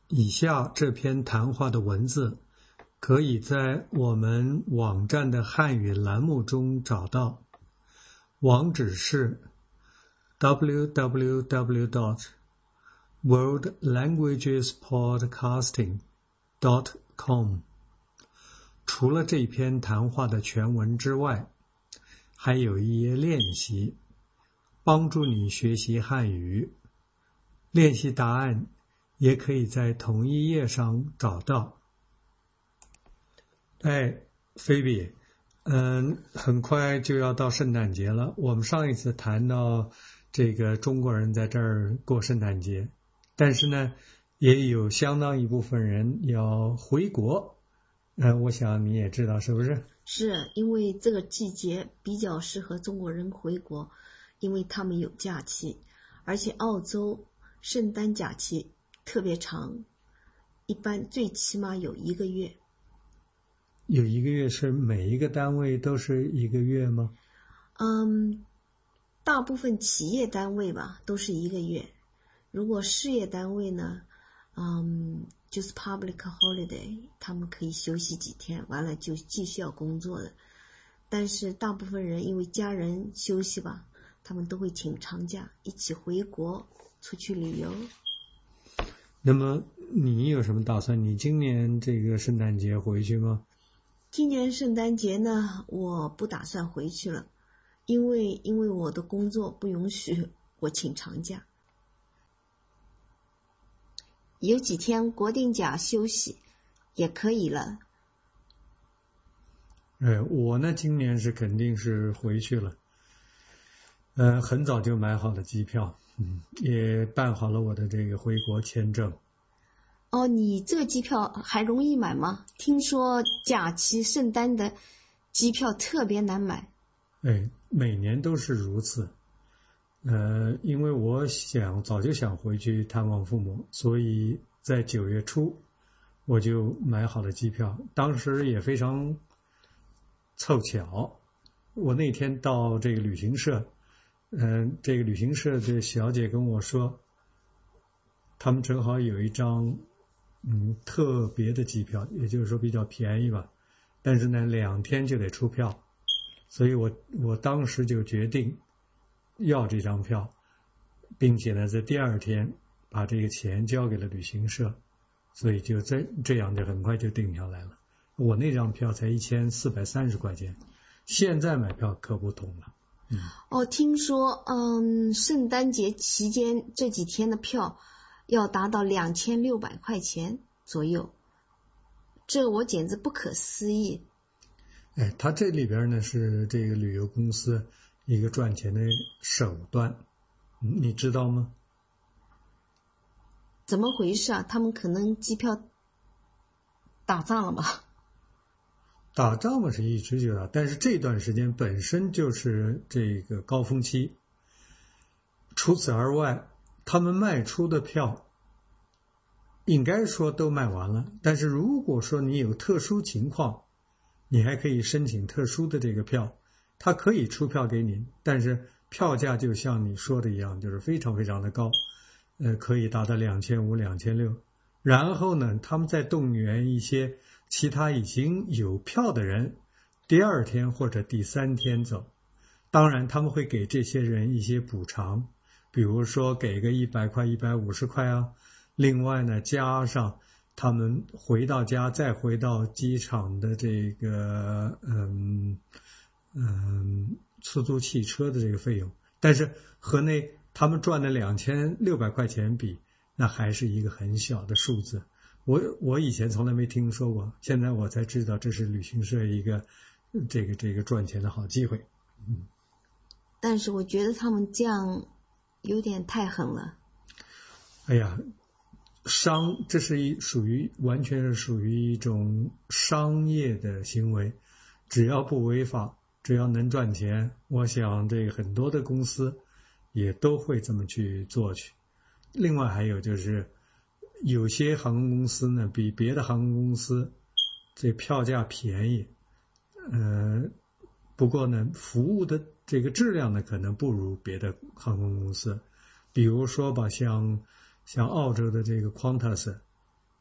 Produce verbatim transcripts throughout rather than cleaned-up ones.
以下这篇谈话的文字可以在我们网站的汉语栏目中找到，网址是 double-u double-u double-u dot world languages podcasting dot com。 除了这篇谈话的全文之外，还有一页练习，帮助你学习汉语。练习答案也可以在同一页上找到。哎，菲比，嗯，很快就要到圣诞节了。我们上一次谈到这个中国人在这儿过圣诞节，但是呢，也有相当一部分人要回国。呃，我想你也知道是不是？ 是，因为这个季节比较适合中国人回国，因为他们有假期，而且澳洲圣诞假期特别长，一般最起码有一个月。 有一个月是每一个单位都是一个月吗？ 嗯，大部分企业单位吧都是一个月，如果事业单位呢，嗯，就是 public holiday， 他们可以休息几天，完了就继续要工作的。但是大部分人因为家人休息吧，他们都会请长假，一起回国出去旅游。 那么你有什么打算？你今年这个圣诞节回去吗？ 今年圣诞节呢，我不打算回去了，因为因为我的工作不允许我请长假。有几天国定假休息也可以了。 呃，我呢今年是肯定是回去了，呃，很早就买好了机票，嗯，也办好了我的这个回国签证。 哦，你这个机票还容易买吗？听说假期圣诞的机票特别难买。 哎，每年都是如此。呃，因为我想早就想回去探望父母，所以在九月初我就买好了机票。当时也非常凑巧，我那天到这个旅行社，嗯、呃，这个旅行社的小姐跟我说，他们正好有一张嗯特别的机票，也就是说比较便宜吧，但是呢两天就得出票，所以我我当时就决定要这张票，并且呢在第二天把这个钱交给了旅行社，所以就这这样就很快就定下来了。我那张票才一千四百三十块钱，现在买票可不同了。嗯， 哦，听说嗯圣诞节期间这几天的票要达到两千六百块钱左右，这我简直不可思议。 哎，它这里边呢是这个旅游公司一个赚钱的手段，你知道吗？ 怎么回事啊？他们可能机票打仗了吧？ 打仗嘛是一直就打，但是这段时间本身就是这个高峰期。除此而外，他们卖出的票应该说都卖完了，但是如果说你有特殊情况，你还可以申请特殊的这个票，他可以出票给你，但是票价就像你说的一样，就是非常非常的高，呃，可以达到两千五、两千六。然后呢，他们再动员一些其他已经有票的人，第二天或者第三天走。当然，他们会给这些人一些补偿，比如说给个一百块、一百五十块啊。另外呢，加上他们回到家再回到机场的这个嗯嗯出租汽车的这个费用，但是和那他们赚的两千六百块钱比，那还是一个很小的数字。我我以前从来没听说过，现在我才知道这是旅行社一个这个这个赚钱的好机会。嗯， 但是我觉得他们这样有点太狠了。 哎呀，商这是一属于完全是属于一种商业的行为，只要不违法，只要能赚钱，我想这个很多的公司也都会这么去做去。另外还有就是有些航空公司呢比别的航空公司这票价便宜，呃，不过呢服务的这个质量呢可能不如别的航空公司。比如说吧，像像澳洲的这个 Qantas，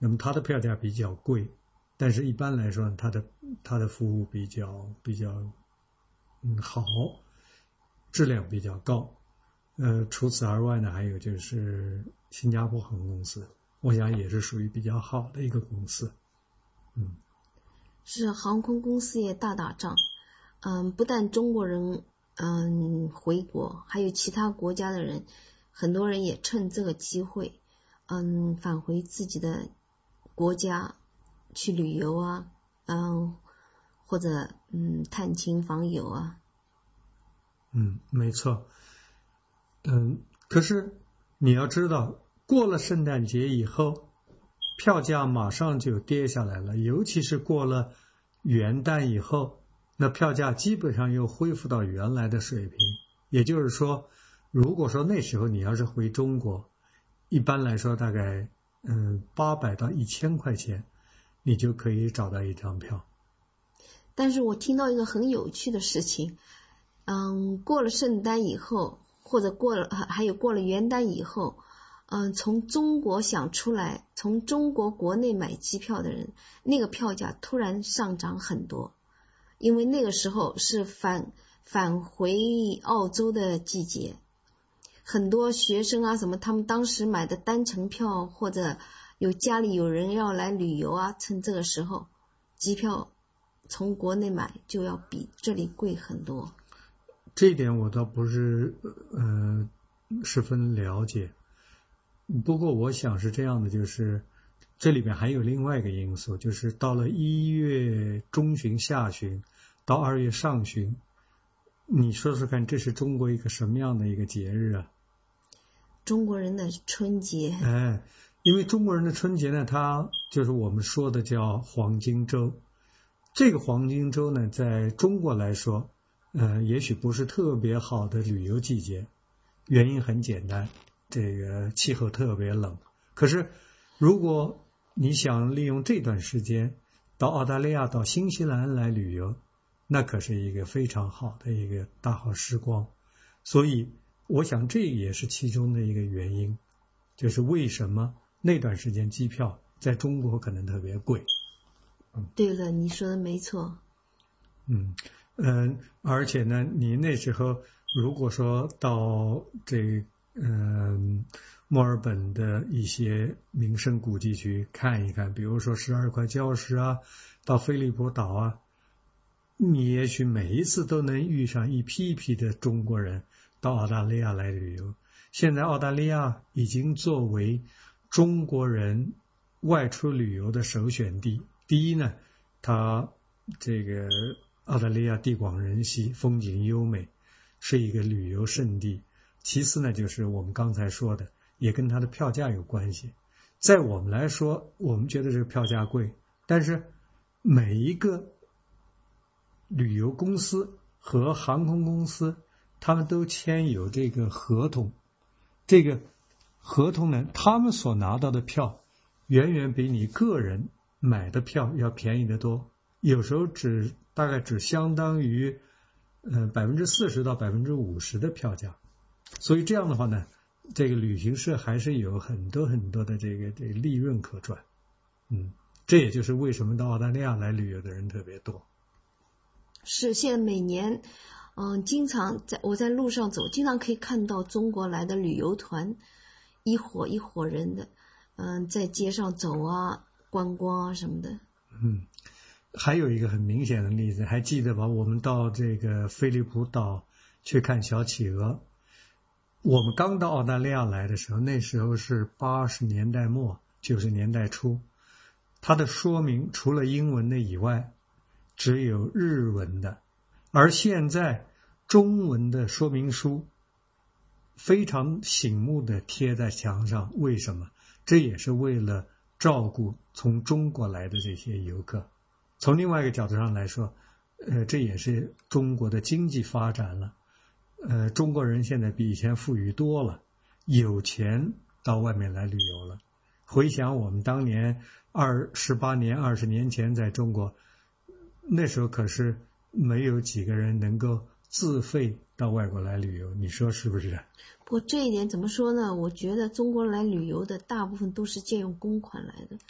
那么它的票价比较贵，但是一般来说，它的它的服务比较比较嗯好，质量比较高。呃，除此而外呢，还有就是新加坡航空公司，我想也是属于比较好的一个公司。嗯， 是航空公司也大打仗。嗯，不但中国人嗯回国，还有其他国家的人，很多人也趁这个机会嗯返回自己的国家去旅游啊，嗯或者嗯探亲访友啊。 嗯，没错。嗯，可是你要知道，过了圣诞节以后，票价马上就跌下来了，尤其是过了元旦以后，那票价基本上又恢复到原来的水平。也就是说，如果说那时候你要是回中国，一般来说大概嗯八百到一千块钱，你就可以找到一张票。 但是我听到一个很有趣的事情，嗯，过了圣诞以后，或者过了还有过了元旦以后，嗯，从中国想出来，从中国国内买机票的人，那个票价突然上涨很多，因为那个时候是返返回澳洲的季节，很多学生啊什么，他们当时买的单程票，或者有家里有人要来旅游啊，趁这个时候机票从国内买就要比这里贵很多。 这一点我倒不是呃十分了解，不过我想是这样的，就是这里边还有另外一个因素，就是到了一月中旬下旬到二月上旬，你说说看，这是中国一个什么样的一个节日啊？ 中国人的春节。 哎，因为中国人的春节呢，它就是我们说的叫黄金周。这个黄金周呢，在中国来说呃，也许不是特别好的旅游季节，原因很简单，这个气候特别冷。可是如果你想利用这段时间到澳大利亚、到新西兰来旅游，那可是一个非常好的一个大好时光。所以我想这也是其中的一个原因，就是为什么那段时间机票在中国可能特别贵。 嗯、对了，你说的没错。 嗯嗯，而且呢，你那时候如果说到这嗯墨尔本的一些名胜古迹去看一看，比如说十二块礁石啊，到菲利普岛啊，你也许每一次都能遇上一批一批的中国人到澳大利亚来旅游。现在澳大利亚已经作为中国人外出旅游的首选地。第一呢，它这个澳大利亚地广人稀，风景优美，是一个旅游胜地。其次呢，就是我们刚才说的，也跟它的票价有关系。在我们来说，我们觉得这个票价贵，但是每一个旅游公司和航空公司，他们都签有这个合同。这个合同呢，他们所拿到的票远远比你个人买的票要便宜得多，有时候只大概只相当于呃百分之四十到百分之五十的票价。所以这样的话呢，这个旅行社还是有很多很多的这个这个利润可赚。嗯，这也就是为什么到澳大利亚来旅游的人特别多。 是，现在每年嗯，经常在我在路上走，经常可以看到中国来的旅游团，一伙一伙人的，嗯，在街上走啊、观光啊什么的。 嗯，还有一个很明显的例子，还记得吧？我们到这个菲利普岛去看小企鹅。我们刚到澳大利亚来的时候，那时候是八十年代末、九十年代初，它的说明除了英文的以外，只有日文的。而现在中文的说明书非常醒目的贴在墙上，为什么？这也是为了照顾从中国来的这些游客。从另外一个角度上来说，呃，这也是中国的经济发展了。呃，中国人现在比以前富裕多了，有钱到外面来旅游了。回想我们当年二十八年、二十年前在中国，那时候可是没有几个人能够自费到外国来旅游，你说是不是？ 不过这一点怎么说呢？我觉得中国来旅游的大部分都是借用公款来的。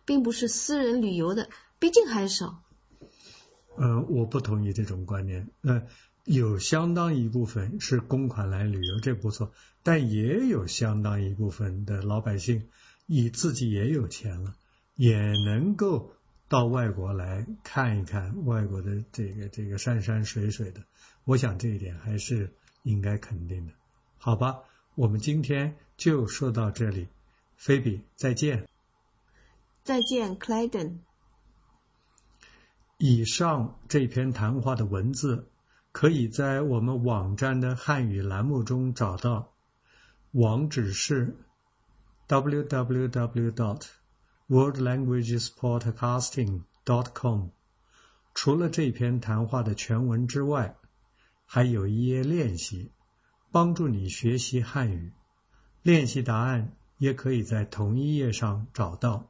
并不是私人旅游的，毕竟还少。 呃，我不同意这种观念。呃，有相当一部分是公款来旅游，这不错，但也有相当一部分的老百姓以自己也有钱了，也能够到外国来看一看外国的这个这个山山水水的。我想这一点还是应该肯定的。好吧，我们今天就说到这里，菲比，再见。 再见 Clayton。 以上这篇谈话的文字可以在我们网站的汉语栏目中找到，网址是 double-u double-u double-u dot world languages podcasting dot com。 除了这篇谈话的全文之外，还有一页练习，帮助你学习汉语。练习答案也可以在同一页上找到。